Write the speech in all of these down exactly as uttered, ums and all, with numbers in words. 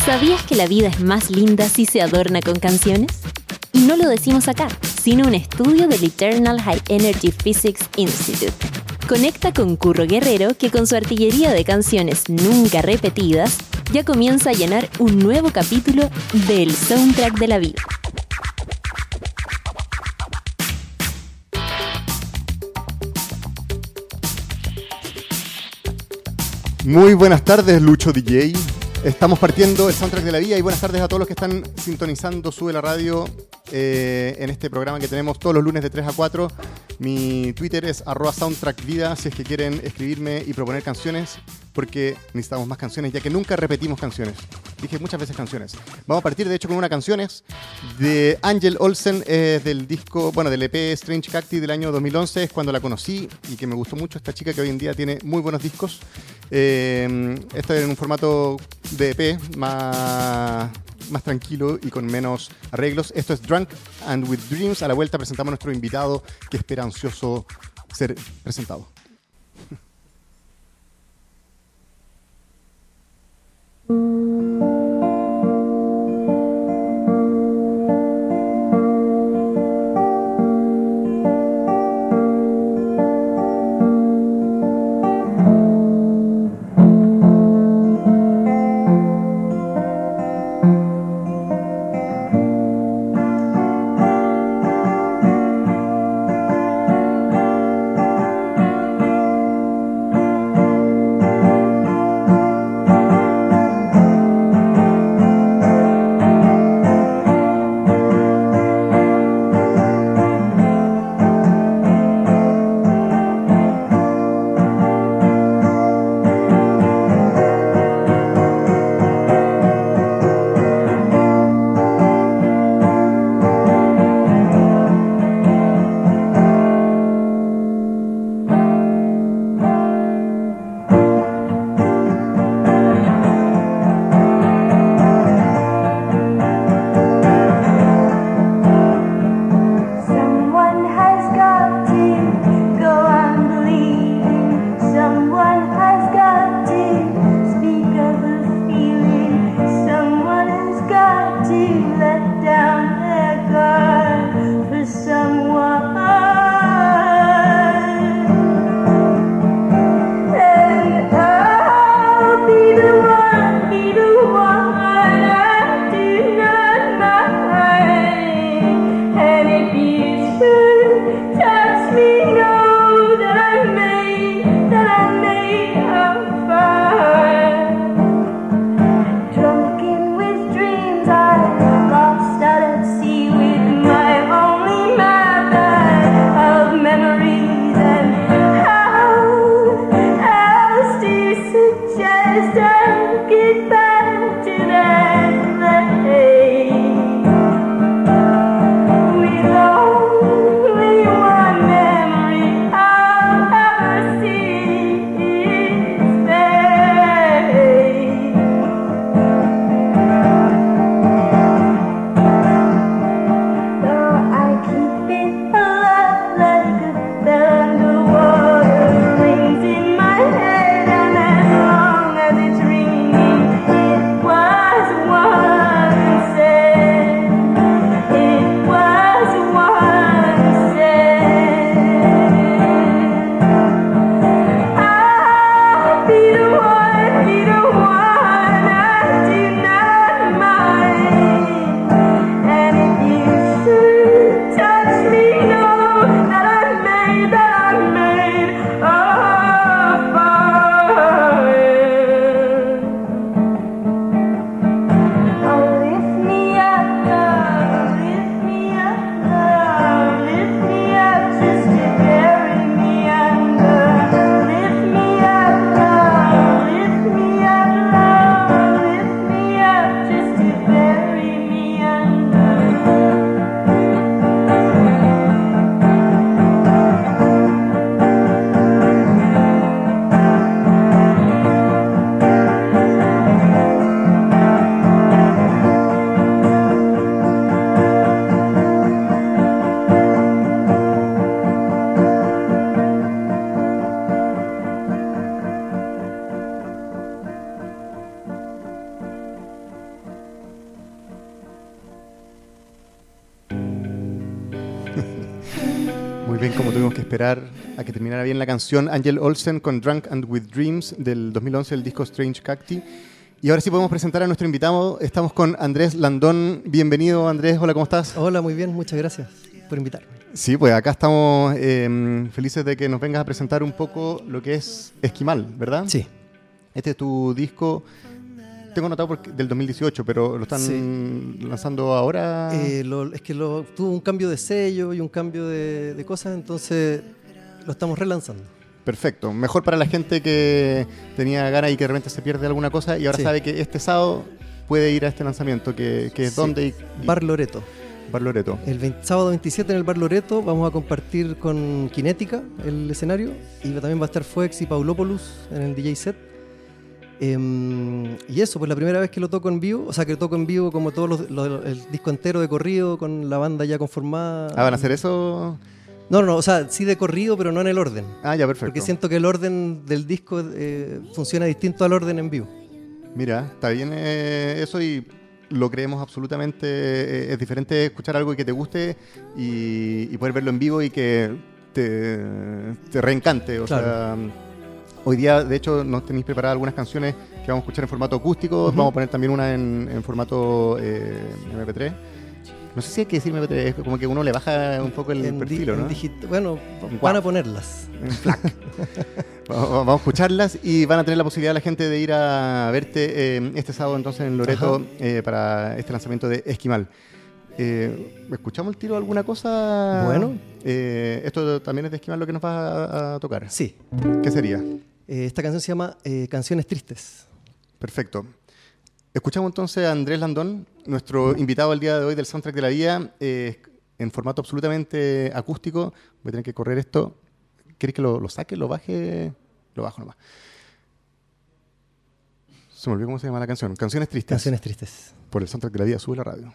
¿Sabías que la vida es más linda si se adorna con canciones? Y no lo decimos acá, sino un estudio del Eternal High Energy Physics Institute. Conecta con Curro Guerrero, que con su artillería de canciones nunca repetidas, ya comienza a llenar un nuevo capítulo del soundtrack de la vida. Muy buenas tardes, Lucho D J. Estamos partiendo el soundtrack de la vida y buenas tardes a todos los que están sintonizando Sube la Radio eh, en este programa que tenemos todos los lunes de tres a cuatro. Mi Twitter es arroba soundtrackvida si es que quieren escribirme y proponer canciones, porque necesitamos más canciones, ya que nunca repetimos canciones. Dije muchas veces canciones. Vamos a partir, de hecho, con una canciones de Angel Olsen, eh, del disco, bueno, del E P Strange Cacti del año dos mil once. Es cuando la conocí y que me gustó mucho esta chica que hoy en día tiene muy buenos discos. Eh, esto en un formato de E P más, más tranquilo y con menos arreglos. Esto es Drunk and With Dreams. A la vuelta presentamos a nuestro invitado que espera ansioso ser presentado. Miren cómo tuvimos que esperar a que terminara bien la canción. Angel Olsen con Drunk and With Dreams del dos mil once, el disco Strange Cacti. Y ahora sí podemos presentar a nuestro invitado. Estamos con Andrés Landón. Bienvenido, Andrés. Hola, ¿cómo estás? Hola, muy bien. Muchas gracias por invitarme. Sí, pues acá estamos eh, felices de que nos vengas a presentar un poco lo que es Esquimal, ¿verdad? Sí. Este es tu disco, tengo notado porque, del dos mil dieciocho, pero lo están sí. lanzando ahora. Eh, lo, es que lo, tuvo un cambio de sello y un cambio de, de cosas, entonces lo estamos relanzando. Perfecto. Mejor para la gente que tenía ganas y que de repente se pierde alguna cosa y ahora sí. sabe que este sábado puede ir a este lanzamiento, que, que es sí. donde... Y, y Bar Loreto. Bar Loreto. El veinte, sábado veintisiete en el Bar Loreto vamos a compartir con Kinética el escenario y también va a estar Fuex y Paulopoulos en el D J set. Eh, y eso, pues la primera vez que lo toco en vivo, o sea que lo toco en vivo como todo los, los, el disco entero de corrido con la banda ya conformada. ¿Ah, van a hacer eso? No, no, no, o sea, sí de corrido, pero no en el orden. Ah, ya, perfecto. Porque siento que el orden del disco eh, funciona distinto al orden en vivo. Mira, está bien eh, eso y lo creemos absolutamente. Eh, es diferente escuchar algo que te guste y, y poder verlo en vivo y que te, te reencante. O claro. sea, hoy día, de hecho, nos tenéis preparadas algunas canciones que vamos a escuchar en formato acústico. Uh-huh. Vamos a poner también una en, en formato eh, eme pe tres. No sé si hay que decir eme pe tres, es como que uno le baja un poco el en perfil, di- ¿no? Digit- bueno, en van a ponerlas. En FLAC. Vamos a escucharlas y van a tener la posibilidad la gente de ir a verte eh, este sábado entonces en Loreto eh, para este lanzamiento de Esquimal. Eh, ¿Escuchamos el tiro de alguna cosa? Bueno. Eh, ¿Esto también es de Esquimal lo que nos vas a, a tocar? Sí. ¿Qué sería? Eh, esta canción se llama eh, Canciones Tristes. Perfecto. Escuchamos entonces a Andrés Landón, nuestro invitado el día de hoy del Soundtrack de la Vida, eh, en formato absolutamente acústico. Voy a tener que correr esto. ¿Quieres que lo, lo saque, lo baje? Lo bajo nomás. Se me olvidó cómo se llama la canción. Canciones Tristes. Canciones Tristes. Por el Soundtrack de la Vida, sube la radio.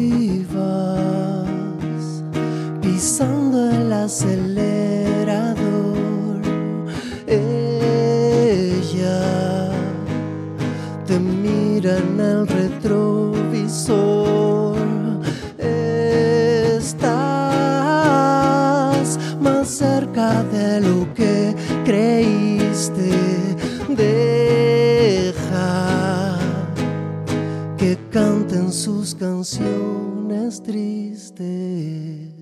Pisando el acelerador. tus canciones tristes.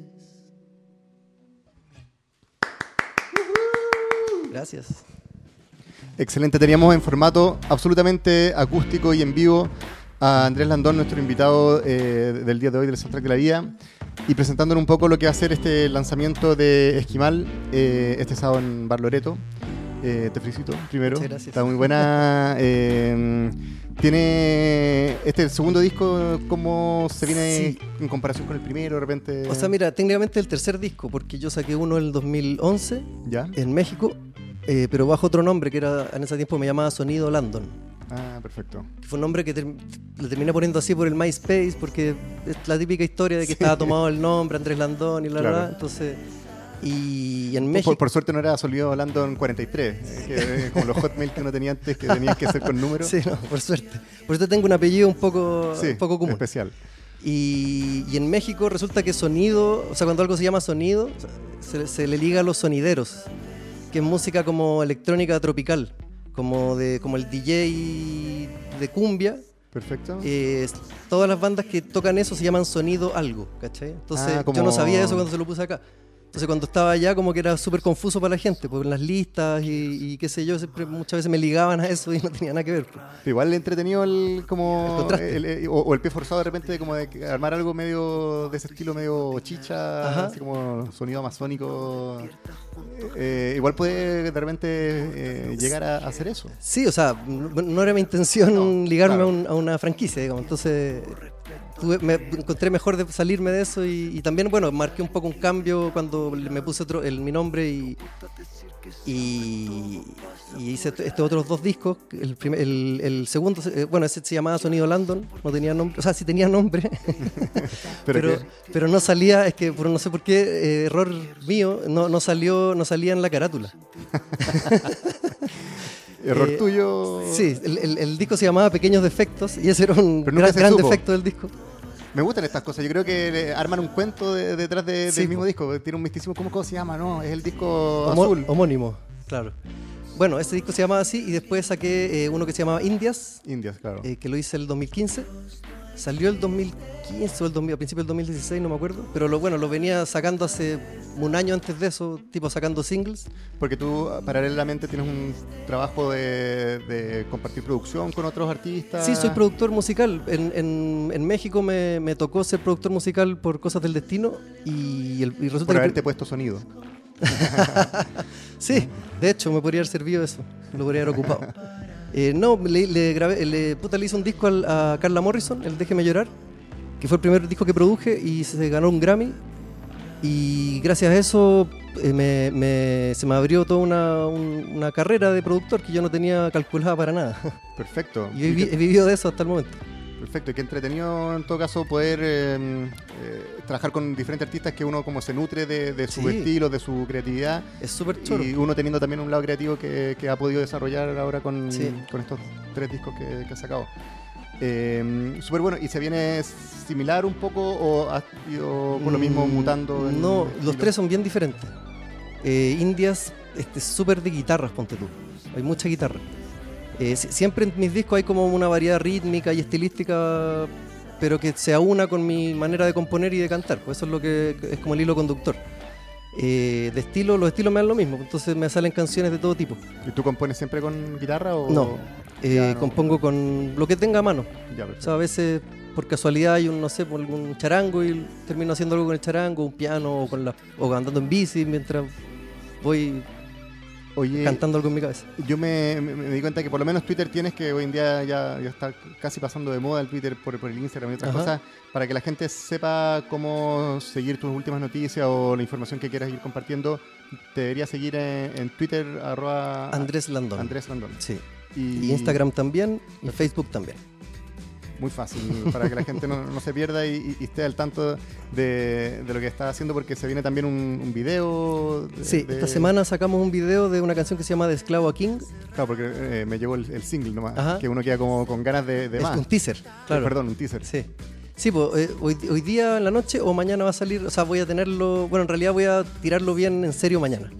Gracias. Excelente, teníamos en formato absolutamente acústico y en vivo a Andrés Landón, nuestro invitado eh, del día de hoy del Soundtrack de la Vida, y presentándonos un poco lo que va a ser este lanzamiento de Esquimal eh, este sábado en Bar Loreto. Eh, te felicito primero. Muchas gracias. Está muy buena. Eh, tiene este el segundo disco, ¿cómo se viene Sí. en comparación con el primero de repente? O sea, mira, técnicamente el tercer disco, porque yo saqué uno en el dos mil once ¿Ya? en México, eh, pero bajo otro nombre que era en ese tiempo me llamaba Sonido Landon. Ah, perfecto. Que fue un nombre que ter- le terminé poniendo así por el MySpace, porque es la típica historia de que Sí. estaba tomado el nombre, Andrés Landón y la Claro. verdad. Entonces, y en México. Por, por suerte no era Sonido Landon cuarenta y tres, eh, que, eh, como los hotmail que uno tenía antes, que tenían que ser con números. Sí, no, por suerte. Por eso tengo un apellido un poco, Sí, un poco común. especial. Y, y en México resulta que sonido, o sea, cuando algo se llama sonido, se, se le liga a los sonideros, que es música como electrónica tropical, como, de, como el D J de cumbia. Perfecto. Eh, todas las bandas que tocan eso se llaman sonido algo, ¿cachai? Entonces Ah, como- yo no sabía eso cuando se lo puse acá. Entonces cuando estaba allá como que era súper confuso para la gente, por las listas y, y qué sé yo, siempre, muchas veces me ligaban a eso y no tenía nada que ver. Pues. Igual entretenido el como El contraste. el- el- o, o el pie forzado de repente de como de que armar algo medio de ese estilo medio chicha, Ajá. así como sonido amazónico. Eh, igual puede de repente eh, llegar a, a hacer eso. Sí, o sea, no, no era mi intención No, ligarme claro. a, un- a una franquicia, digamos. Entonces tuve- me encontré mejor de salirme de eso y, y también, bueno, marqué un poco un cambio cuando le- me puse otro, el, mi nombre y, y, y hice est- estos otros dos discos. El, primer- el, el segundo, eh, bueno, ese se llamaba Sonido Landon, no tenía nombre, o sea, sí tenía nombre, Pero, pero, que- pero no salía, es que por no sé por qué, eh, error mío, no, no salió, no salía en la carátula. error eh, tuyo. Sí, el, el- el disco se llamaba Pequeños Defectos y ese era un Pero nunca gran, se gran supo. defecto del disco. Me gustan estas cosas. Yo creo que le arman un cuento de- detrás de- Sí, del mismo po. disco. Tiene un misticismo. ¿Cómo, cómo se llama? No, es el disco Homo- azul. Homónimo, claro. Bueno, ese disco se llamaba así y después saqué eh, uno que se llamaba Indias, Indias, claro. eh, que lo hice el dos mil quince. Salió el dos mil quince o el dos mil, a principios del dos mil dieciséis, no me acuerdo. Pero lo bueno, lo venía sacando hace un año antes de eso, tipo sacando singles. Porque tú paralelamente tienes un trabajo de, de compartir producción con otros artistas. Sí, soy productor musical. En, en- en México me, me tocó ser productor musical por cosas del destino y, el- y resulta Por que... haberte puesto sonido. Sí, de hecho me podría haber servido eso, lo podría haber ocupado. Eh, no, le, le grabé, le, puta, le hice un disco al- a Carla Morrison, el Déjeme Llorar, que fue el primer disco que produje y se ganó un Grammy. Y gracias a eso eh, me- me- se me abrió toda una, un- una carrera de productor que yo no tenía calculada para nada. Perfecto. Y he, Y vi- que- he vivido de eso hasta el momento. Perfecto, y qué entretenido en todo caso poder eh, eh, trabajar con diferentes artistas que uno como se nutre de, de su Sí. estilo, de su creatividad, Es súper choro. y uno teniendo también un lado creativo que, que ha podido desarrollar ahora con, Sí. con estos tres discos que, que ha sacado. Eh, Súper bueno, ¿y se viene similar un poco o ha ido por lo mismo Mm, mutando? el No, los estilo? tres son bien diferentes. Eh, Indias, este, súper de guitarras, ponte tú. Hay mucha guitarra. Eh, si- siempre en mis discos hay como una variedad rítmica y estilística, pero que se aúna con mi manera de componer y de cantar. Pues eso es lo que es como el hilo conductor. Eh, de estilo, los estilos me dan lo mismo, entonces me salen canciones de todo tipo. ¿Y tú compones siempre con guitarra o...? No, eh, Ya no. compongo con lo que tenga a mano. Ya, O perfecto. sea, a veces por casualidad hay un, no sé, por algún charango y termino haciendo algo con el charango, un piano o, con la, o andando en bici mientras voy Oye, cantando algo en mi cabeza. yo me, me- me di cuenta que por lo menos Twitter tienes, que hoy en día ya, ya está casi pasando de moda el Twitter por, por el Instagram y otras Ajá. cosas, para que la gente sepa cómo seguir tus últimas noticias o la información que quieras ir compartiendo. Te debería seguir en, en Twitter, arroba Andrés Landón. Andrés Landón. Sí. Y, Y Instagram también y Facebook también. Muy fácil, para que la gente no, no se pierda y, y esté al tanto de, de lo que está haciendo, porque se viene también un, un video. de- Sí, de- esta semana sacamos un video de una canción que se llama De Esclavo a King. Claro, porque eh, me llegó el, el single nomás, Ajá. que uno queda como con ganas de, de Es más. un teaser, claro. Perdón, un teaser. Sí. Sí, pues eh, hoy, hoy día en la noche o mañana va a salir, o sea, voy a tenerlo, bueno, en realidad voy a tirarlo bien en serio mañana.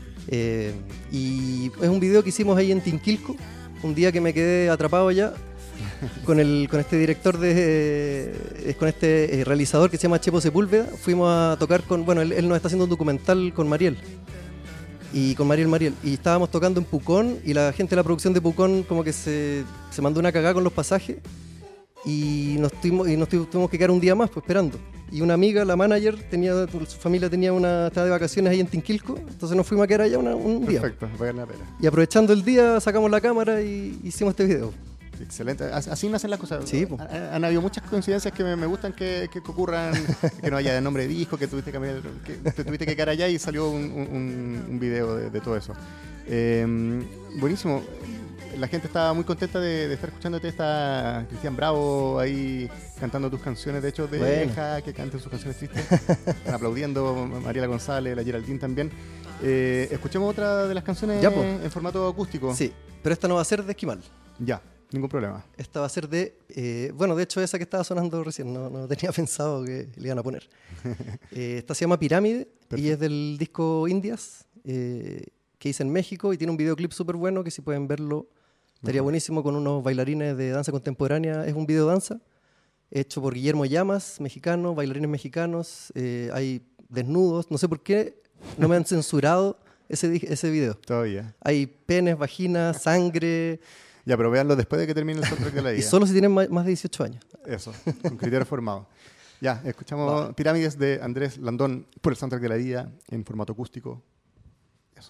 Eh, y es un video que hicimos ahí en Tinquilco, un día que me quedé atrapado allá con, el, con este director, de, eh, con este eh, realizador que se llama Chepo Sepúlveda. Fuimos a tocar con, bueno, él, él nos está haciendo un documental con Mariel. Y con Mariel Mariel. Y estábamos tocando en Pucón y la gente de la producción de Pucón como que se, se mandó una cagada con los pasajes. Y nos tuvimos, y nos tuvimos que quedar un día más pues, esperando. Y una amiga, la manager, tenía, su familia tenía una, estaba de vacaciones ahí en Tinquilco, entonces nos fuimos a quedar allá una, un día. Perfecto, vayan la pena. Y aprovechando el día sacamos la cámara y hicimos este video. Excelente, así nacen las cosas. Sí, po. Han habido muchas coincidencias que me, me gustan que, que ocurran, que no haya de nombre de disco, que tuviste que, que te tuviste que quedar allá y salió un, un, un video de, de todo eso. Eh, buenísimo. La gente estaba muy contenta de, de estar escuchándote. Está Cristian Bravo ahí cantando tus canciones. De hecho, de bueno. Deja que canten sus canciones tristes. Están aplaudiendo Mariela González, la Geraldine también. Eh, escuchemos otra de las canciones ya, en formato acústico. Sí, pero esta no va a ser de Esquimal. Ya, ningún problema. Esta va a ser de... Eh, bueno, de hecho, esa que estaba sonando recién, no, no tenía pensado que le iban a poner. eh, esta se llama Pirámide. Perfecto. Y es del disco Indias, eh, que hice en México y tiene un videoclip súper bueno que si pueden verlo... Estaría buenísimo con unos bailarines de danza contemporánea. Es un video danza hecho por Guillermo Llamas, mexicano, bailarines mexicanos. Eh, hay desnudos. No sé por qué no me han censurado ese, ese video. Todavía. Hay penes, vaginas, sangre. Ya, pero véanlo después de que termine el soundtrack de la vida. Y solo si tienen más, más de dieciocho años. Eso, con criterio formado. Ya, escuchamos Va. Pirámides de Andrés Landón por el soundtrack de la vida en formato acústico. Eso.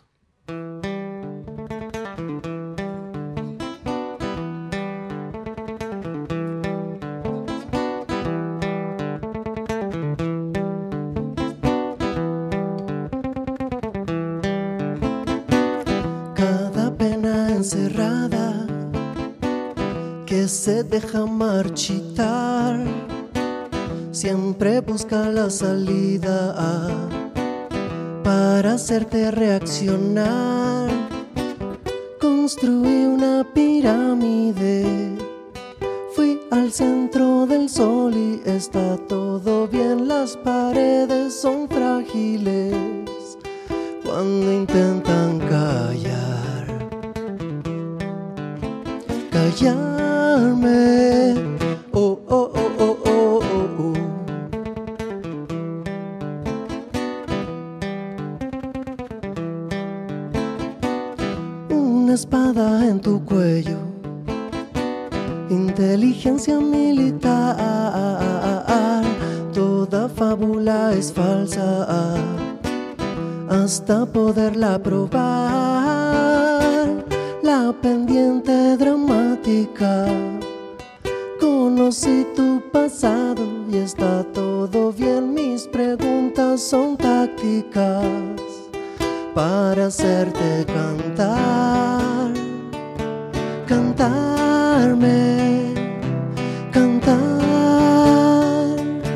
Encerrada que se deja marchitar, siempre busca la salida para hacerte reaccionar. Construí una pirámide, fui al centro del sol y está todo bien. Las paredes son frágiles cuando intentan callar. Callarme, oh, oh, oh, oh, oh, oh, oh. Una espada en tu cuello, inteligencia militar, toda fábula es falsa hasta poderla probar. La pendiente dramática, conocí tu pasado y está todo bien. Mis preguntas son tácticas para hacerte cantar, cantarme, cantar,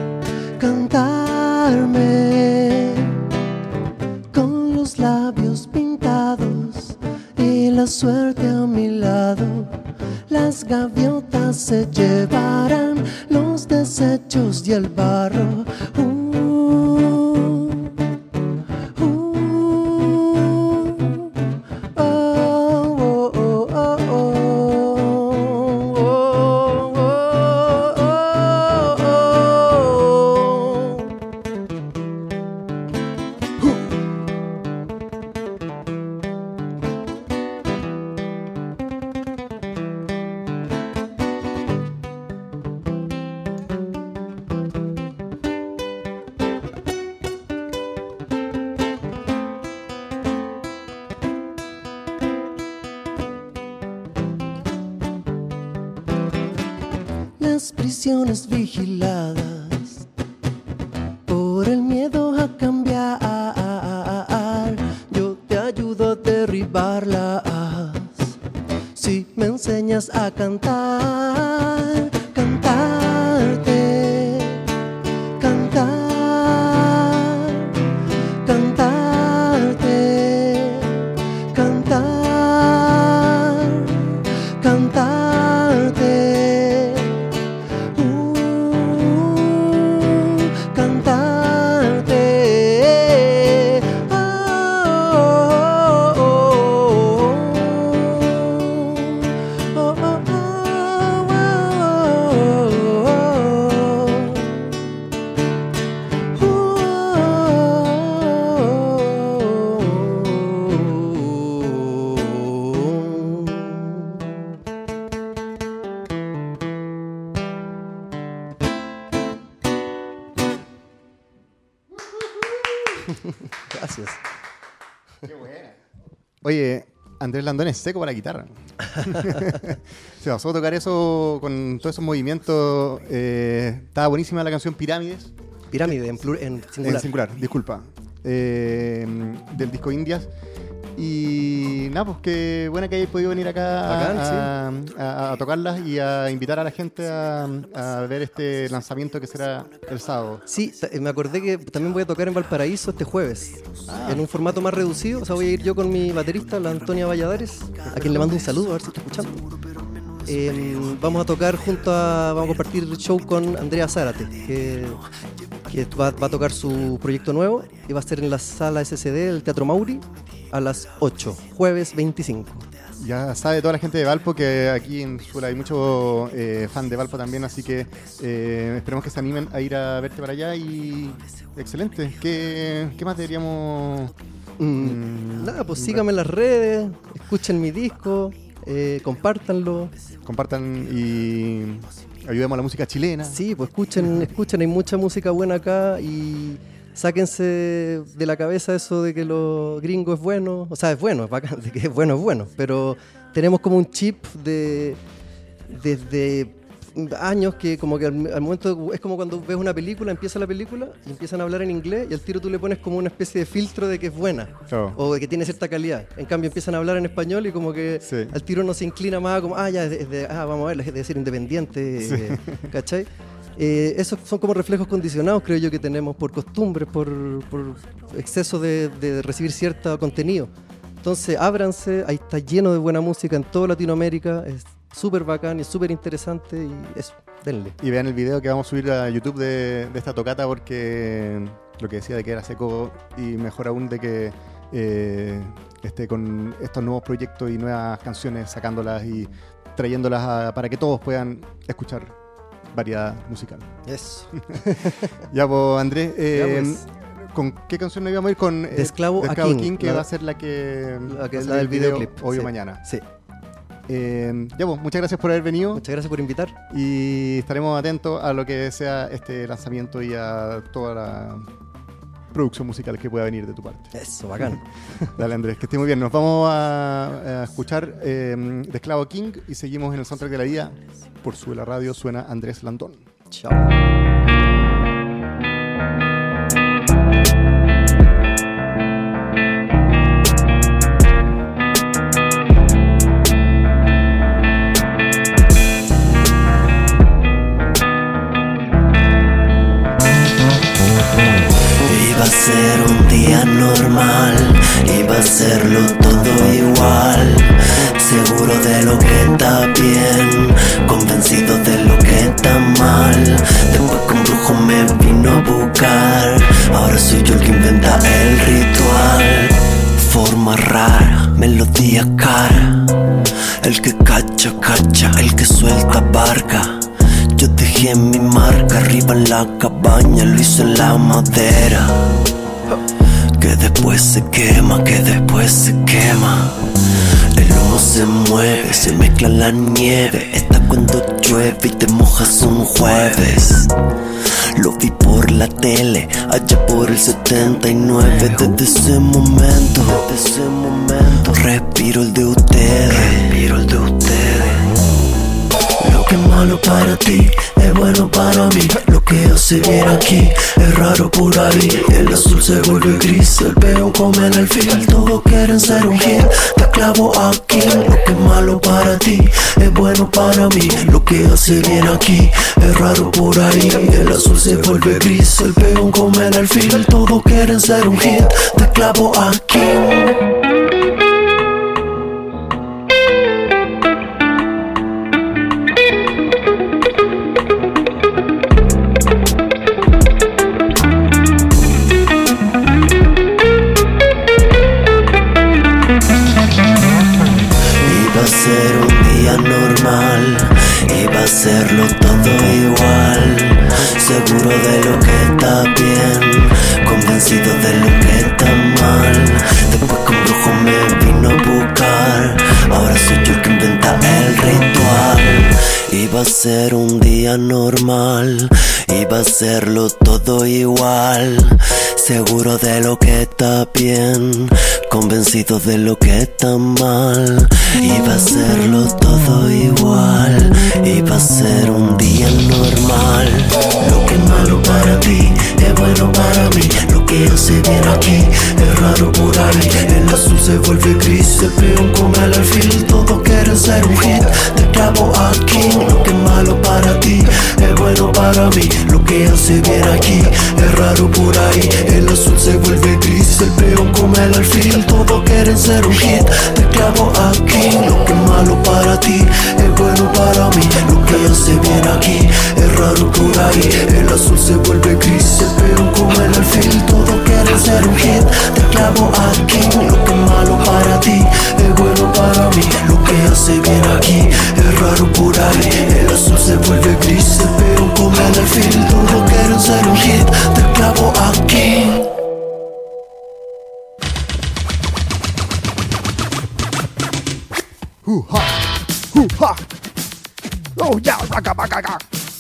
cantarme, con los labios pintados y la suerte a mi lado. Las gaviotas se llevarán los desechos y el barro. Uh, uh, oh, oh, oh, oh, oh, oh, oh, oh. Las prisiones vigiladas por el miedo a cambiar, yo te ayudo a derribarlas si me enseñas a cantar, cantarte, cantar, cantarte, cantar, cantarte. Oh, oh, oh, oh, oh. Gracias. Qué buena. Oye, Andrés Landón es seco para la guitarra. Se pasó a tocar eso con todos esos movimientos. Eh, estaba buenísima la canción Pirámides. Pirámide, en, plur- en singular. En singular, disculpa. Eh, del disco Indias. Y nada, pues qué buena que hayáis podido venir acá Bacán, a, sí. a, a, a tocarlas y a invitar a la gente a, a ver este lanzamiento que será el sábado. Sí, t- me acordé que también voy a tocar en Valparaíso este jueves, Ah. en un formato más reducido. O sea, voy a ir yo con mi baterista, la Antonia Valladares, a quien le mando un saludo, a ver si está escuchando. Eh, vamos a tocar junto a, vamos a compartir show con Andrea Zárate, que, que va, va a tocar su proyecto nuevo y va a ser en la sala S C D del Teatro Mauri a las ocho, jueves veinticinco. Ya sabe toda la gente de Valpo que aquí en Sula hay mucho eh, fan de Valpo también, así que eh, esperemos que se animen a ir a verte para allá y excelente. ¿Qué, qué más deberíamos...? Mm, Mm, nada, pues síganme en las redes, escuchen mi disco, eh, compártanlo. Compartan y ayudemos a la música chilena. Sí, pues escuchen, escuchen, hay mucha música buena acá y sáquense de la cabeza eso de que lo gringo es bueno, o sea, es bueno, es bacán, de que es bueno, es bueno, pero tenemos como un chip de desde años que como que al, al momento es como cuando ves una película, empieza la película y empiezan a hablar en inglés y al tiro tú le pones como una especie de filtro de que es buena Claro. o de que tiene cierta calidad. En cambio empiezan a hablar en español y como que Sí. al tiro no se inclina más a como, ah, ya, es de, es de- ah, vamos a ver, es de ser independiente, Sí. eh, ¿cachai? Eh, esos son como reflejos condicionados, creo yo, que tenemos por costumbres, por, por exceso de, de recibir cierto contenido. Entonces, ábranse, ahí está lleno de buena música en toda Latinoamérica, es súper bacán y súper interesante y eso, denle. Y vean el video que vamos a subir a YouTube de, de esta tocata porque lo que decía de que era seco y mejor aún de que eh, esté con estos nuevos proyectos y nuevas canciones, sacándolas y trayéndolas a- para que todos puedan escuchar variedad musical. Eso. Ya, pues Andrés, eh, Ya, pues. ¿con qué canción nos íbamos a ir? Con eh, De Esclavo a King, que la- va a ser la que, La, que, va a ser la del el video, videoclip. hoy o sí. mañana. Sí. Eh, ya, pues, muchas gracias por haber venido. Muchas gracias por invitar. Y estaremos atentos a lo que sea este lanzamiento y a toda la producción musical que pueda venir de tu parte. Eso, bacán. Dale, Andrés, que esté muy bien. Nos vamos a, a escuchar eh, de Esclavo King y seguimos en el soundtrack de la vida. Por su la radio suena Andrés Landón. Chao. Iba a ser un día normal, iba a serlo todo igual. Seguro de lo que está bien, convencido de lo que está mal. Después que un brujo me vino a buscar, ahora soy yo el que inventa el ritual. Forma rara, melodía cara, el que cacha, cacha, el que suelta barca. Yo dejé mi marca arriba en la cabaña, lo hice en la madera. Que después se quema, que después se quema. El humo se mueve, se mezcla la nieve. Está cuando llueve y te mojas un jueves. Lo vi por la tele, allá por el setenta y nueve. Desde ese momento, desde ese momento respiro el de ustedes, respiro el de ustedes. Lo que es malo para ti es bueno para mí. Lo que hace bien aquí es raro por ahí. El azul se vuelve gris, el peón come el alfil. Todos quieren ser un hit, te clavo aquí. Lo que es malo para ti es bueno para mí. Lo que hace bien aquí es raro por ahí. El azul se vuelve gris, el peón come el alfil. Todos quieren ser un hit, te clavo aquí. Iba a ser un día normal, iba a serlo todo igual. Seguro de lo que está bien, convencido de lo que está mal. Después que un brujo me vino a buscar, ahora soy yo el que inventa el ritual. Iba Iba a ser un día normal, iba a serlo todo igual. Seguro de lo que está bien, convencido de lo que está mal. Iba a serlo todo igual, iba a ser un día normal. Lo que es malo para ti es bueno para mí. Lo que hace bien aquí es raro por ahí. El azul se vuelve gris, el peón con el alfil. Todos quieren ser un hit, te clavo aquí. Lo que es malo para ti es bueno para mí. Lo que hace bien aquí es raro por ahí. El azul se vuelve gris, el peón con el alfil. Todos quieren ser un hit, te clavo aquí. Lo que es malo para ti es bueno para mí. Lo que hace bien aquí es raro por ahí. El azul se vuelve gris, el peón con el alfil. Todos quieren ser un hit, te clavo aquí. Lo que es malo para ti es bueno para mí. Lo que hace bien aquí es raro por ahí. El azul se vuelve gris, el peón con el alfil. Todos quieren ser un hit, te clavo aquí. Uh-ha, uh-ha. Oh, ya, raca, raca, raca.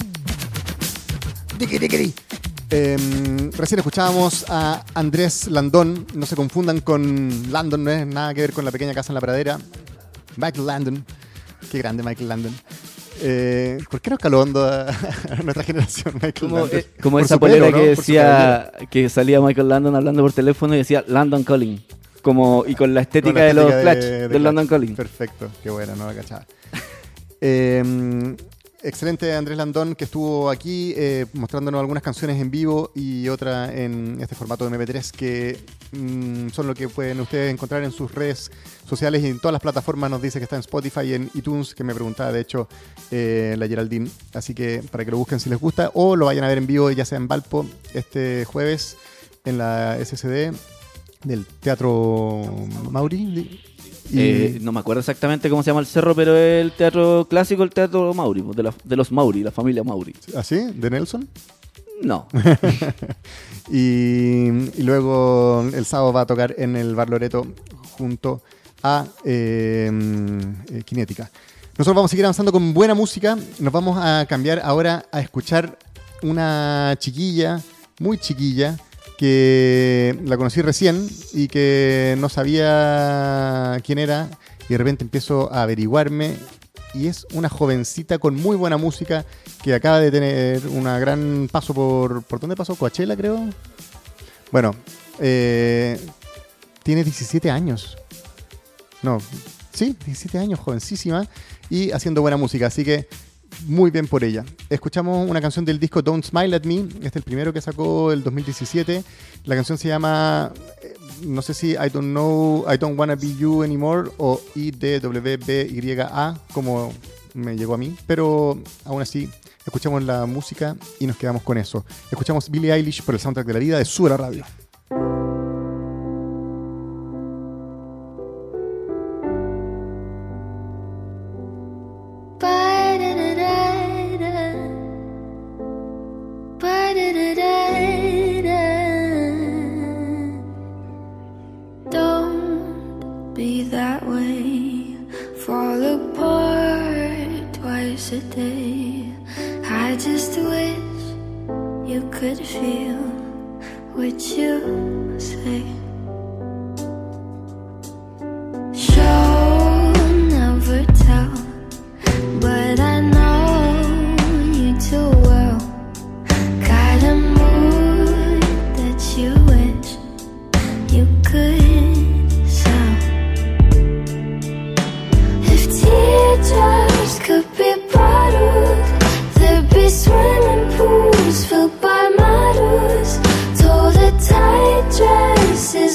Digi, digi, digi. Eh, recién escuchábamos a Andrés Landon. No se confundan con Landon, no es nada que ver con La pequeña casa en la pradera. Michael Landon. Qué grande Michael Landon. Eh, ¿Por qué no escaló hondo a, a nuestra generación, Michael Como, Landon? eh, como Por esa su polera pelo, que ¿no? Por su decía que salía Michael Landon hablando por teléfono y decía Landon Calling. Como, y con la estética, Con la de los estética Clash, de- de del Clash. London Calling. Perfecto, qué bueno, no la cachaba. eh, excelente Andrés Landón, que estuvo aquí eh, mostrándonos algunas canciones en vivo y otra en este formato de eme pe tres, que mm, son lo que pueden ustedes encontrar en sus redes sociales y en todas las plataformas. Nos dice que está en Spotify y en iTunes, que me preguntaba de hecho eh, la Geraldine. Así que para que lo busquen si les gusta o lo vayan a ver en vivo, ya sea en Valpo este jueves en la ese ese de del Teatro Mauri. Y Eh, no me acuerdo exactamente cómo se llama el cerro, pero es el teatro clásico, el teatro Mauri, de, la- de los Mauri, la familia Mauri. ¿Así? ¿De Nelson? No. y, y luego el sábado va a tocar en el Bar Loreto junto a eh, eh, Kinética. Nosotros vamos a seguir avanzando con buena música. Nos vamos a cambiar ahora a escuchar una chiquilla, muy chiquilla, que la conocí recién y que no sabía quién era, y de repente empiezo a averiguarme, y es una jovencita con muy buena música que acaba de tener un gran paso por... ¿Por dónde pasó? ¿Coachella, creo? Bueno, eh, tiene diecisiete años. No, sí, diecisiete años, jovencísima, y haciendo buena música, así que muy bien por ella. Escuchamos una canción del disco Don't Smile at Me. Este es el primero que sacó el dos mil diecisiete. La canción se llama, eh, no sé si I Don't Know, I Don't Wanna Be You Anymore o I D W B Y A, como me llegó a mí. Pero aún así, escuchamos la música y nos quedamos con eso. Escuchamos Billie Eilish por el soundtrack de la vida de Sube la Radio. Don't be that way. Fall apart twice a day. I just wish you could feel what you say. Show never tell, but I know you too well. Got a mood that you wish you could sell. If teardrops could be bottled, there'd be swimming pools filled by models. Told a tight dresses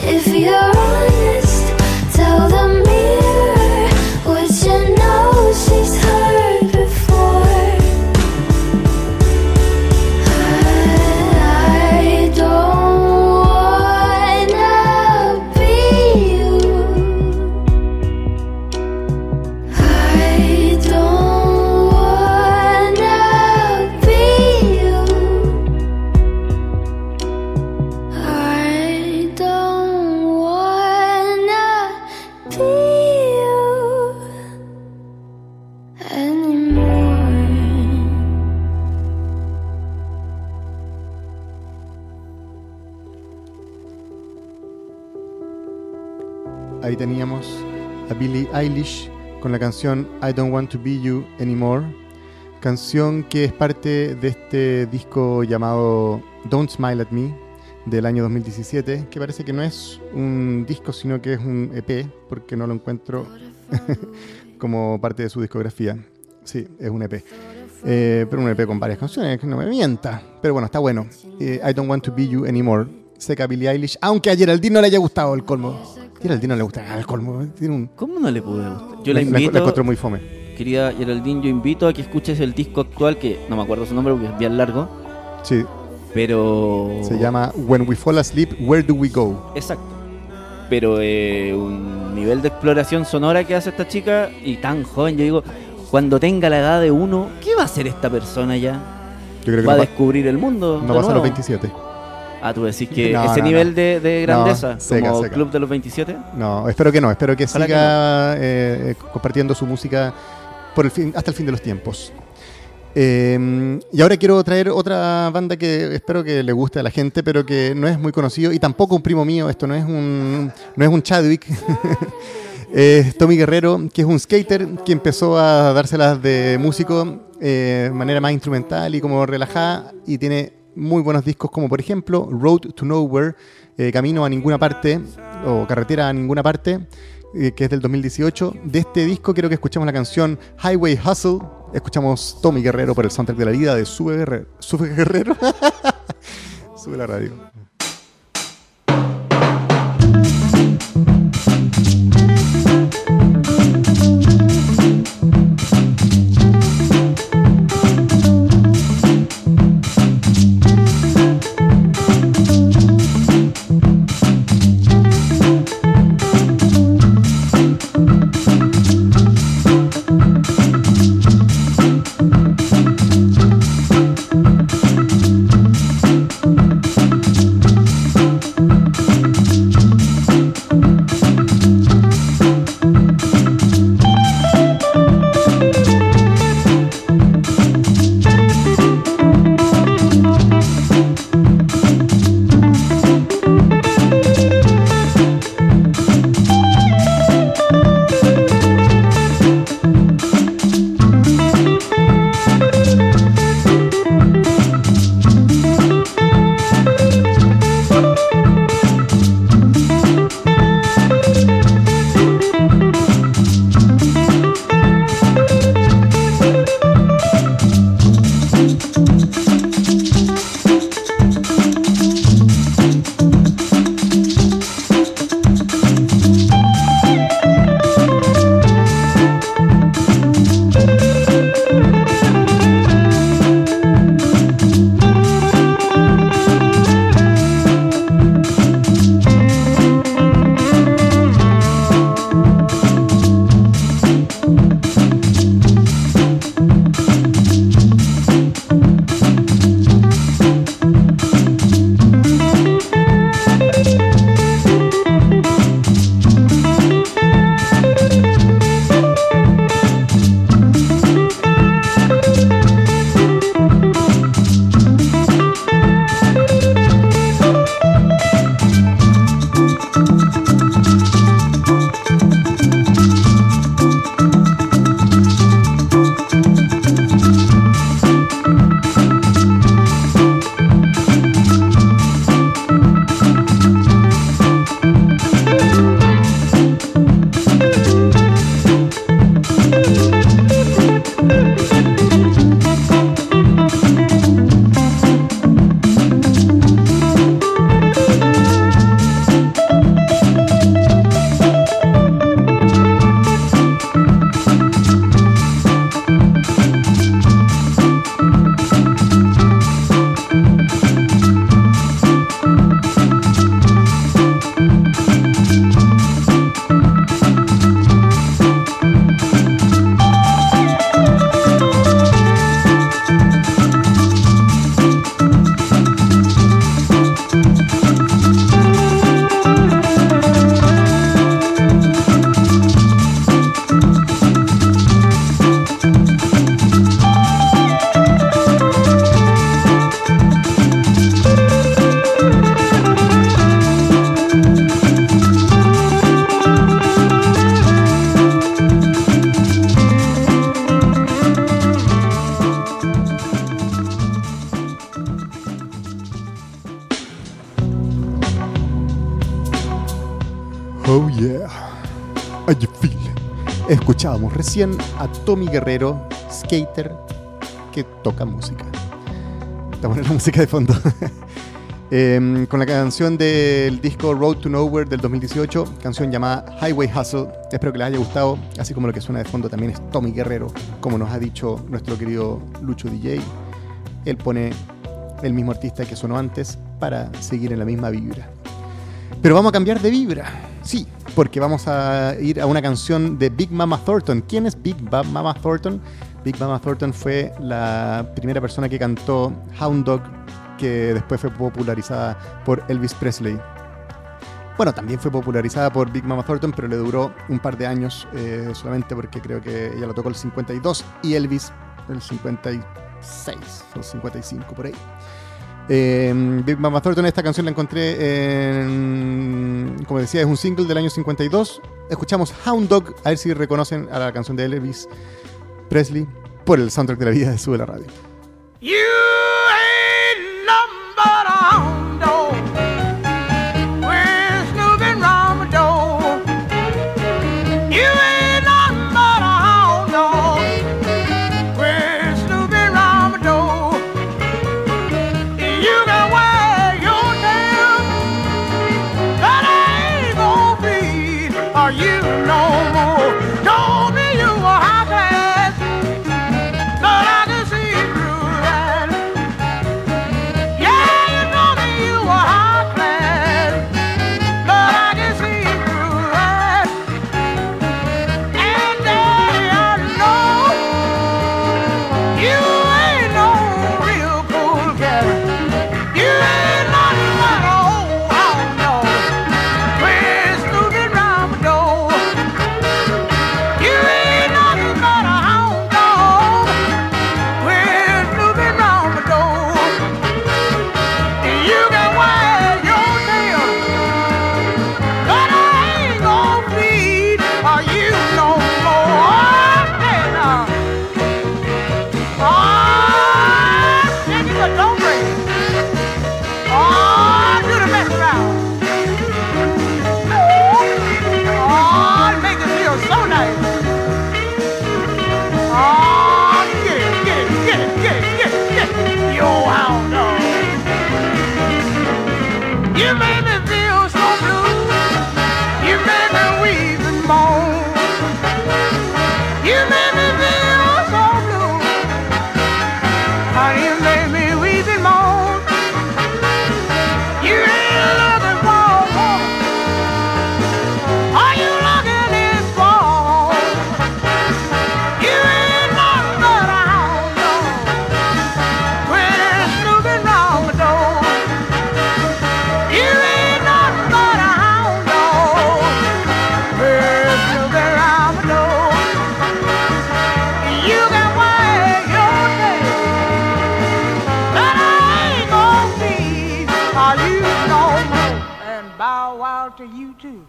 If you're honest, tell the mirror what you know she's heard before. I don't wanna be you. I don't wanna be you. I don't wanna be you anymore. Ahí teníamos a Billie Eilish con la canción I Don't Want to Be You Anymore, canción que es parte de este disco llamado Don't Smile at Me del año dos mil diecisiete, que parece que no es un disco sino que es un E P, porque no lo encuentro como parte de su discografía. Sí, es un E P. Eh, pero un E P con varias canciones, que no me mienta. Pero bueno, está bueno. Eh, I Don't Want to Be You Anymore. Seca Billie Eilish, aunque a Geraldine no le haya gustado el colmo. Geraldine no le gusta el colmo. Tiene un... ¿Cómo no le pude gustar? Yo la la, invito, la encuentro muy fome. querida Geraldine, yo invito a que escuches el disco actual, que no me acuerdo su nombre porque es bien largo, Sí, pero... se llama When We Fall Asleep, Where Do We Go? Exacto. Pero eh, un nivel de exploración sonora que hace esta chica, y tan joven, yo digo, cuando tenga la edad de uno, ¿qué va a hacer esta persona ya? Yo creo que ¿Va no, a pa- descubrir el mundo? no de pasa a los nuevo? veintisiete. Ah, tú decís que No, ese no, nivel no. De, de grandeza, No, seca, como seca. Club de los veintisiete. No, espero que no. Espero que Ojalá siga eh, compartiendo su música por el fin, hasta el fin de los tiempos. Eh, y ahora quiero traer otra banda que espero que le guste a la gente, pero que no es muy conocido y tampoco un primo mío. Esto no es un, no es un Chadwick. Es Tommy Guerrero, que es un skater que empezó a dárselas de músico eh, de manera más instrumental y como relajada, y tiene muy buenos discos como por ejemplo Road to Nowhere, eh, Camino a Ninguna Parte o Carretera a Ninguna Parte, eh, que es del dos mil dieciocho. De este disco quiero que escuchemos la canción Highway Hustle. Escuchamos Tommy Guerrero por el soundtrack de la vida de Sube Guerrero. Sube Guerrero. Sube la radio. I Oh yeah. Are you feeling? Escuchábamos recién a Tommy Guerrero, skater, que toca música. Te voy a poner la música de fondo. eh, con la canción del disco Road to Nowhere del dos mil dieciocho, canción llamada Highway Hustle. Espero que les haya gustado, así como lo que suena de fondo también es Tommy Guerrero, como nos ha dicho nuestro querido Lucho D J. Él pone el mismo artista que sonó antes para seguir en la misma vibra. Pero vamos a cambiar de vibra, sí, porque vamos a ir a una canción de Big Mama Thornton. ¿Quién es Big Mama Thornton? Big Mama Thornton fue la primera persona que cantó Hound Dog, que después fue popularizada por Elvis Presley. Bueno, también fue popularizada por Big Mama Thornton, pero le duró un par de años eh, solamente, porque creo que ella lo tocó el cincuenta y dos y Elvis el cincuenta y seis o cincuenta y cinco, por ahí. Eh, Big Mama Thornton, esta canción la encontré en, como decía, es un single del año cincuenta y dos. Escuchamos Hound Dog, a ver si reconocen a la canción de Elvis Presley por el soundtrack de la vida de Sube la Radio. You ain't nothing but a hound dog. We're snooping round the door. You ain't nothing but a hound dog. We're snooping round the door. You can wear your tail, but I ain't gonna be or you no more. Told me you were high class, but I can see through that. Yeah, you told me you were high class, but I can see through that. And Daddy, I know you ain't no real cool cat. You ain't nothing but a old hound dog. We're snooping round the door. You ain't nothing but a hound dog. We're snooping round the door. You can wear your tail, but I ain't gonna feed or you no more. Hey, now. Oh, take it, but don't break it. Oh, do the mess around. Oh, it makes it feel so nice. Oh, get it, get it, get it, get it, get it, get it. Yo, hound dog. You made me feel so blue. You made me weep and moan. You made me feel so blue. How you made me weep and moan. You ain't looking for a woman. Are you looking in for? You ain't nothing but a hound dog. We're snooping round the door. You ain't nothing but a hound dog. We're snooping round the door. You can wear your tail, but I ain't gonna feed or you no more. And bow wow to you too.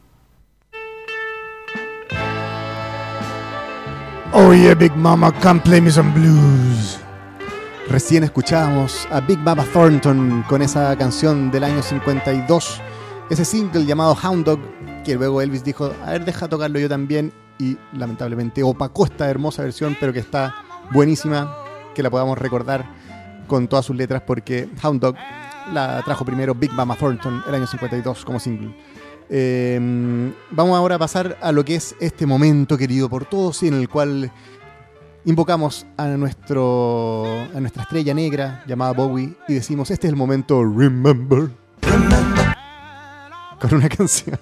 Oh yeah, Big Mama, come play me some blues. Recién escuchábamos a Big Mama Thornton con esa canción del año cincuenta y dos, ese single llamado Hound Dog, que luego Elvis dijo, a ver, deja tocarlo yo también, y lamentablemente opacó esta hermosa versión, pero que está buenísima, que la podamos recordar con todas sus letras, porque Hound Dog la trajo primero Big Mama Thornton el año cincuenta y dos como single. Eh, vamos ahora a pasar a lo que es este momento querido por todos y en el cual invocamos a, nuestro, a nuestra estrella negra llamada Bowie y decimos, este es el momento Remember, Remember. Con una canción.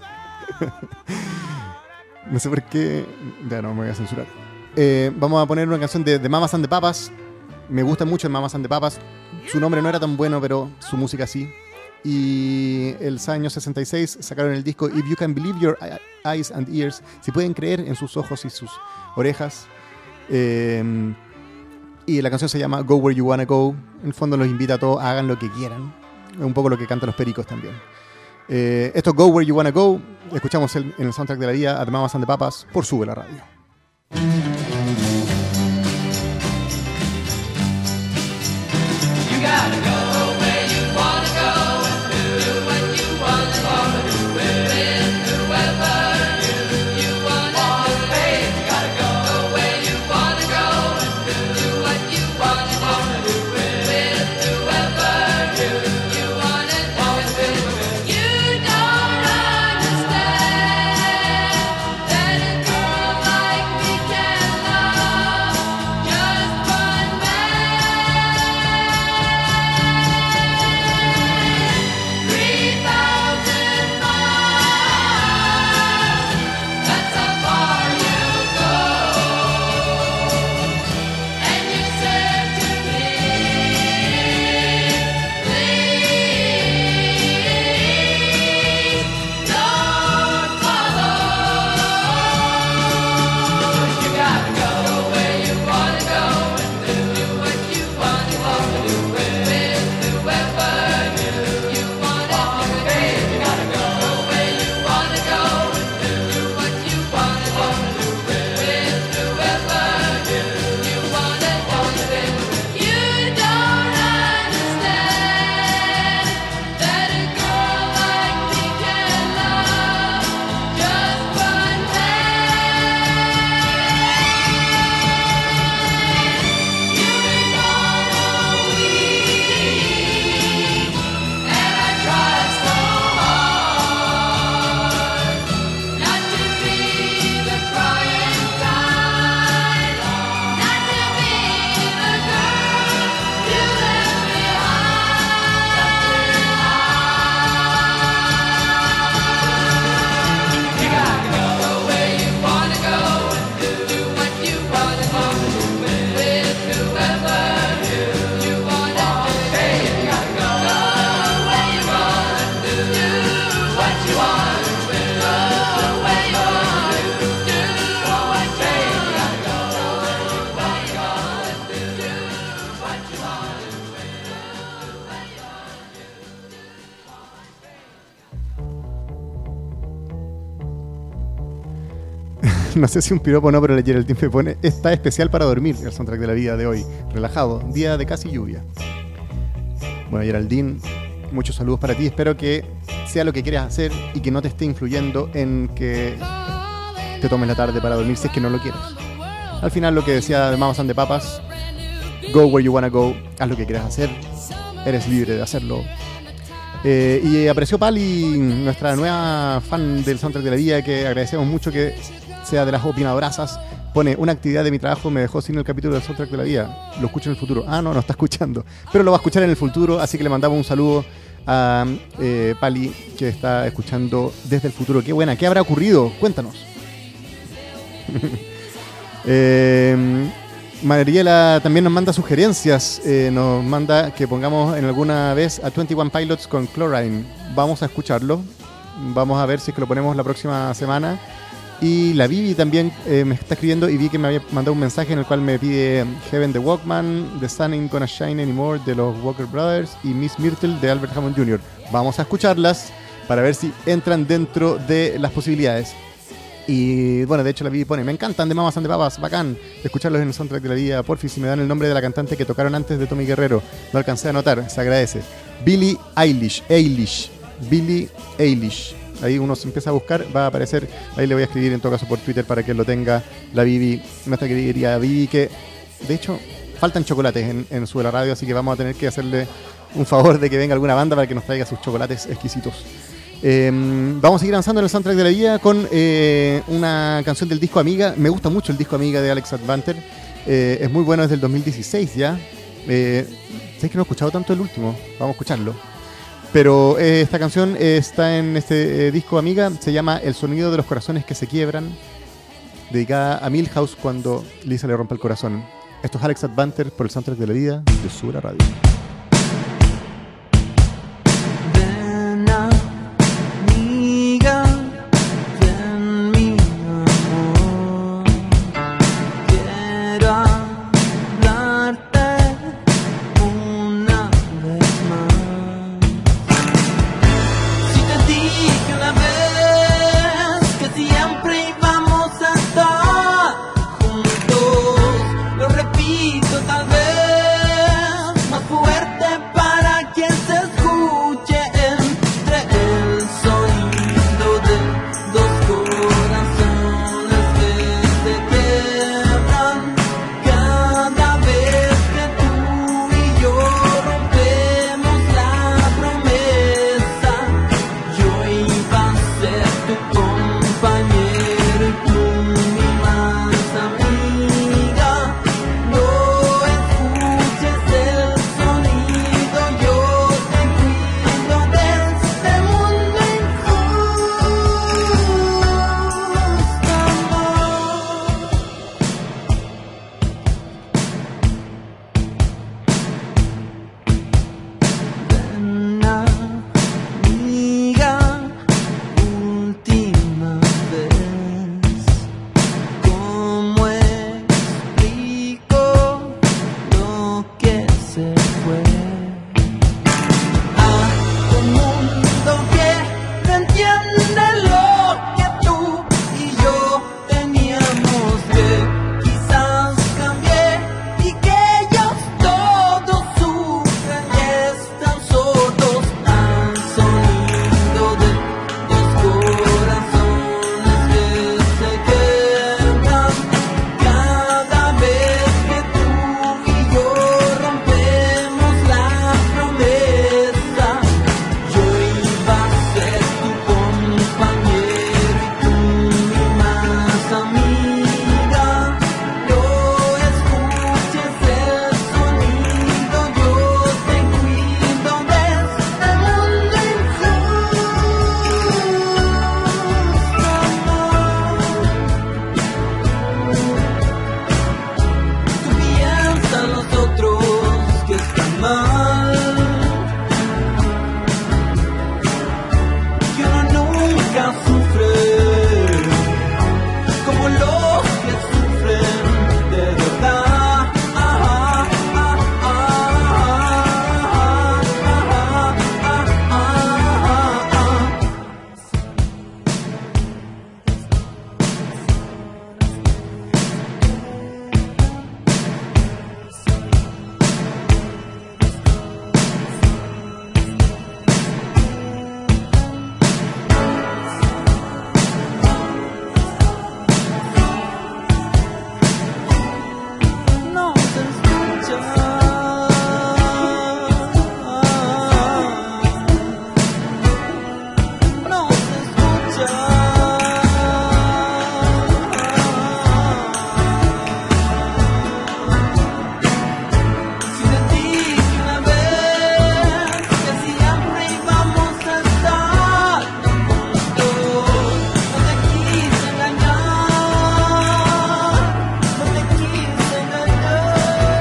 No sé por qué, ya no me voy a censurar. Eh, vamos a poner una canción de, de Mamas and the Papas. Me gusta mucho el Mamas and the Papas. Su nombre no era tan bueno, pero su música sí. Y el año sesenta y seis sacaron el disco If You Can Believe Your Eyes and Ears, si pueden creer en sus ojos y sus orejas. Eh, y la canción se llama Go Where You Wanna Go. En el fondo los invita a todos, hagan lo que quieran. Es un poco lo que cantan los Pericos también. Eh, esto es Go Where You Wanna Go. Escuchamos el, en el soundtrack de la vida a The Mamas and the Papas por Sube la Radio. You gotta go where you wanna go and do what you want to do. We're in the weather. no sé si un piropo o no, pero Geraldine me pone, está especial para dormir el soundtrack de la vida de hoy. Relajado, día de casi lluvia. Bueno, Geraldine, muchos saludos para ti. Espero que sea lo que quieras hacer y que no te esté influyendo en que te tomes la tarde para dormir si es que no lo quieres. Al final, lo que decía de Mamas and the Papas, go where you wanna go, haz lo que quieras hacer, eres libre de hacerlo. Eh, y apreció Pali, nuestra nueva fan del soundtrack de la vida, que agradecemos mucho que sea de las opinadorazas. Pone, una actividad de mi trabajo me dejó sin el capítulo del soundtrack de la vida. Lo escucho en el futuro. Ah, no, no está escuchando. Pero lo va a escuchar en el futuro, así que le mandamos un saludo a eh, Pali, que está escuchando desde el futuro. Qué buena, ¿qué habrá ocurrido? Cuéntanos. eh... Mariela también nos manda sugerencias, eh, nos manda que pongamos en alguna vez a veintiuno Pilots con Chlorine. Vamos a escucharlo, vamos a ver si es que lo ponemos la próxima semana. Y la Vivi también eh, me está escribiendo y vi que me había mandado un mensaje en el cual me pide Heaven the Walkman, The Sun Ain't Gonna Shine Anymore de los Walker Brothers y Miss Myrtle de Albert Hammond junior Vamos a escucharlas para ver si entran dentro de las posibilidades. Y bueno, de hecho la Vivi pone, me encantan de Mamas and the Papas, bacán escucharlos en el soundtrack de la vida. Porfi, si me dan el nombre de la cantante que tocaron antes de Tommy Guerrero. No alcancé a anotar, se agradece. Billie Eilish, Eilish, Billie Eilish. Ahí uno se empieza a buscar, va a aparecer. Ahí le voy a escribir en todo caso por Twitter para que lo tenga la Vivi, nuestra querida Vivi, que de hecho faltan chocolates en, en su de la radio, así que vamos a tener que hacerle un favor de que venga alguna banda para que nos traiga sus chocolates exquisitos. Eh, vamos a seguir avanzando en el soundtrack de la vida con eh, una canción del disco Amiga. Me gusta mucho el disco Amiga de Alex Advanter. Eh, es muy bueno, desde el dos mil dieciséis ya. Eh, sé que no he escuchado tanto el último. Vamos a escucharlo. Pero eh, esta canción eh, está en este eh, disco Amiga. Se llama El sonido de los corazones que se quiebran, dedicada a Milhouse cuando Lisa le rompe el corazón. Esto es Alex Advanter por el soundtrack de la vida de Sube la Radio. Tal vez más fuerte para que se escuche. Si te dije una vez que siempre íbamos a estar juntos, no te quise engañar, no te quise engañar.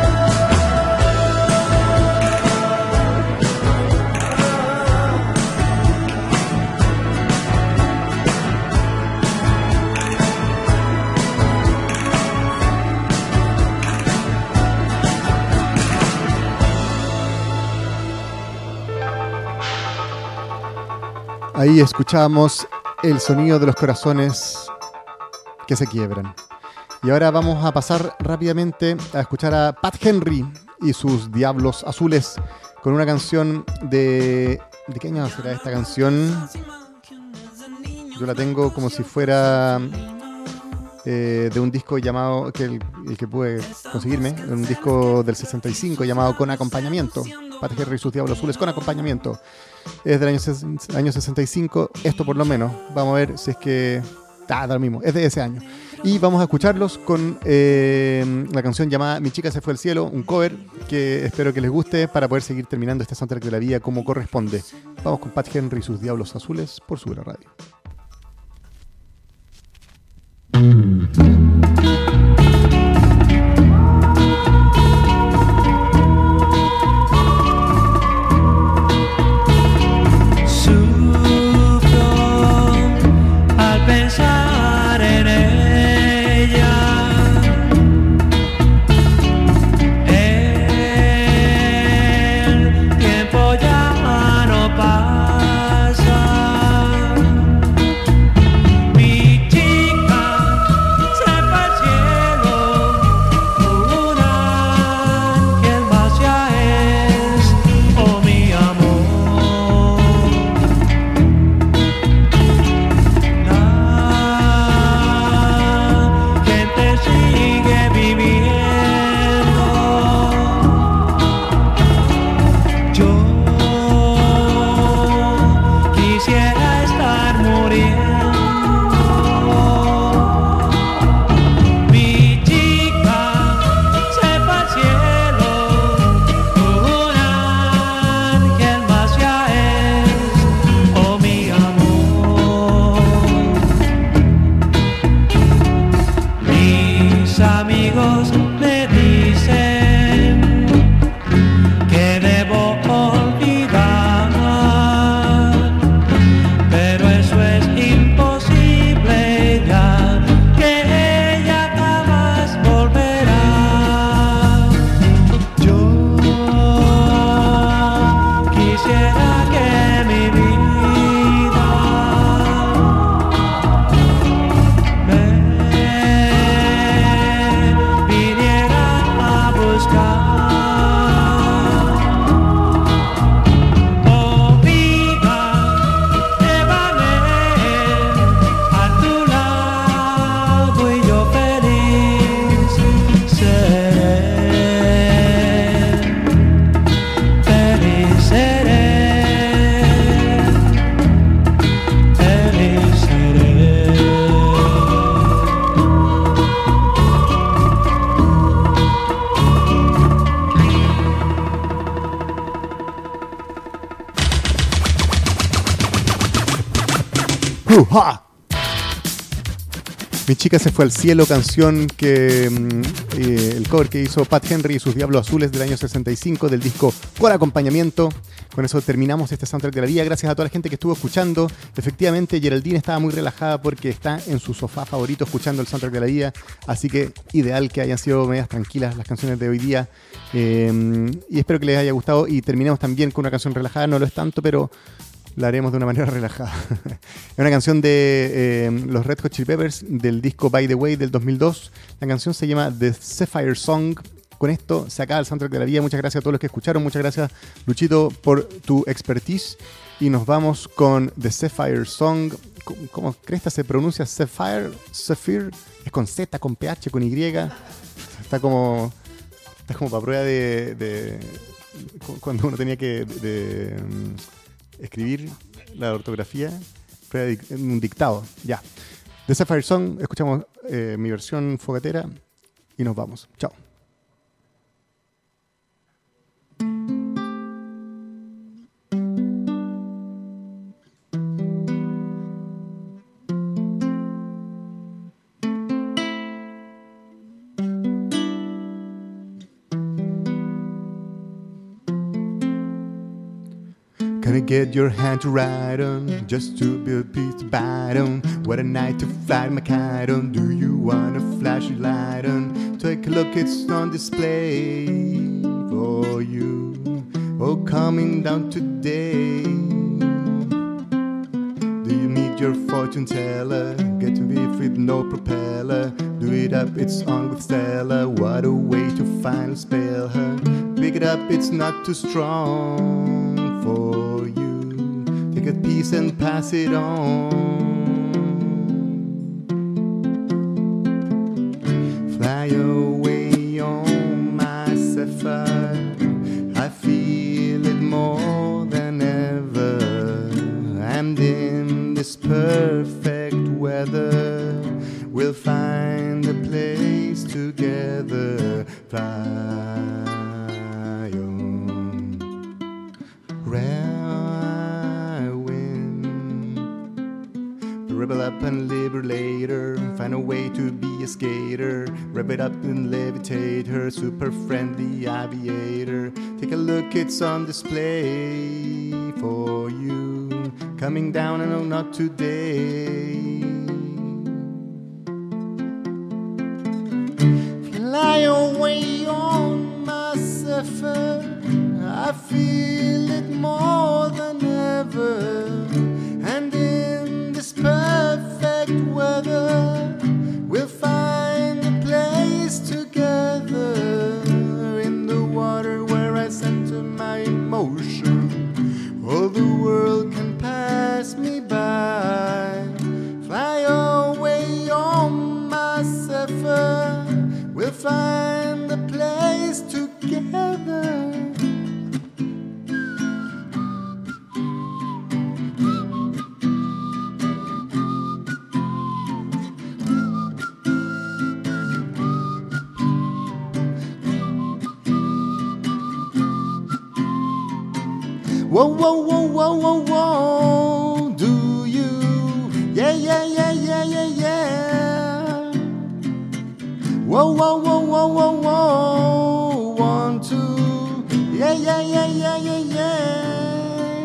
Ahí escuchamos el sonido de los corazones que se quiebran. Y ahora vamos a pasar rápidamente a escuchar a Pat Henry y sus Diablos Azules con una canción de... ¿De qué año será esta canción? Yo la tengo como si fuera eh, de un disco llamado, que el, el que pude conseguirme, un disco del sesenta y cinco llamado Con Acompañamiento. Pat Henry y sus Diablos Azules con acompañamiento. Es del año, ses- año sesenta y cinco, esto por lo menos. Vamos a ver si es que... Ah, da lo mismo, es de ese año. Y vamos a escucharlos con eh, la canción llamada Mi chica se fue al cielo, un cover que espero que les guste para poder seguir terminando este soundtrack de la vida como corresponde. Vamos con Pat Henry y sus Diablos Azules por Subela Radio. Sufro al pensar en ella. El tiempo ya no pasa. Mi chica se fue al cielo, un ángel más ya es, oh mi amor. La gente sigue viviendo. Yo quisiera estar muriendo. Mi chica se fue al cielo, un ángel más ya es, oh mi amor. Mis amigos me dicen que debo olvidar, pero eso es imposible ya, que ella jamás volverá. Yo quisiera que mi vida me viniera a buscar. Oh vida, llévame a tu lado y yo feliz seré, feliz seré, feliz seré. ¡Uja! Mi chica se fue al cielo, canción que mm, eh, el cover que hizo Pat Henry y sus Diablos Azules del año sesenta y cinco del disco Con Acompañamiento. Con eso terminamos este soundtrack de la vida. Gracias a toda la gente que estuvo escuchando. Efectivamente, Geraldine estaba muy relajada porque está en su sofá favorito escuchando el soundtrack de la vida. Así que ideal que hayan sido medias tranquilas las canciones de hoy día. Eh, y espero que les haya gustado. Y terminemos también con una canción relajada. No lo es tanto, pero la haremos de una manera relajada. Es una canción de eh, los Red Hot Chili Peppers del disco By the Way del dos mil dos. La canción se llama The Sapphire Song. Con esto se acaba el soundtrack de la vida. Muchas gracias a todos los que escucharon. Muchas gracias, Luchito, por tu expertise. Y nos vamos con The Sapphire Song. ¿Cómo, cómo cresta se pronuncia? Sapphire, Sapphire. Es con Z, con P H, con Y. Está como, está como para prueba de, de cuando uno tenía que de, de, escribir la ortografía fuera dic- un dictado. Ya. De Sapphire Song escuchamos eh, mi versión fogatera y nos vamos. Chao. Can I get your hand to ride on, just to be a piece to bite on? What a night to fly my kite on. Do you want a flashy light on? Take a look, it's on display for you. Oh, coming down today. Do you meet your fortune teller? Get to it with no propeller. Do it up, it's on with Stella. What a way to finally spell her. Pick it up, it's not too strong for you. Take a piece and pass it on. Fly away on my sapphire. I feel it more than ever. And in this perfect weather, we'll find a place together. Fly on, rare wind. Rebel up and liberate her. Find a way to be a skater. Rev it up and levitate her. Super friendly aviator. Take a look, it's on display for you. Coming down, I know not today. Fly away on my sapphire. I feel it more than ever. And in this perfect weather, we'll find a place together. In the water where I center my emotion, all the world can pass me by. Fly away on my sapphire. We'll find a place together. Whoa, whoa, whoa, whoa, whoa, whoa, do you? Yeah, yeah, yeah, yeah, yeah, yeah. Whoa, whoa, whoa, whoa, whoa, whoa, one, two. Yeah, yeah, yeah, yeah, yeah, yeah.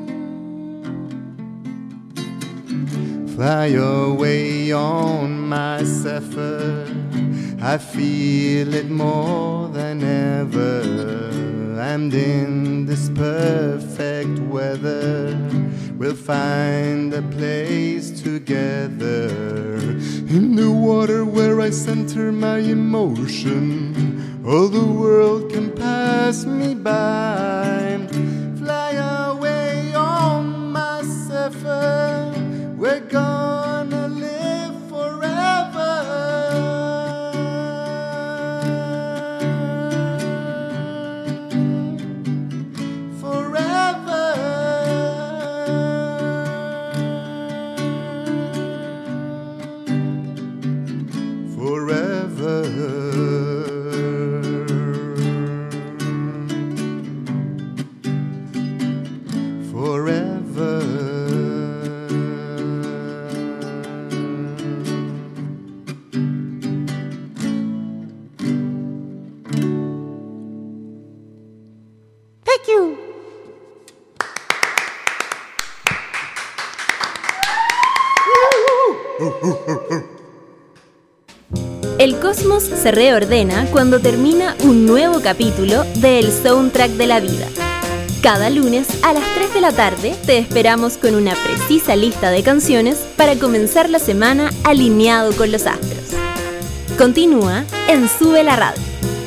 Fly away on my sapphire. I feel it more than ever. And in this perfect weather, we'll find a place together. In the water where I center my emotion, all the world can pass me by. Fly away on my sapphire. We're gonna live forever. El cosmos se reordena cuando termina un nuevo capítulo de El Soundtrack de la Vida. Cada lunes a las tres de la tarde te esperamos con una precisa lista de canciones para comenzar la semana alineado con los astros. Continúa en Sube la Radio.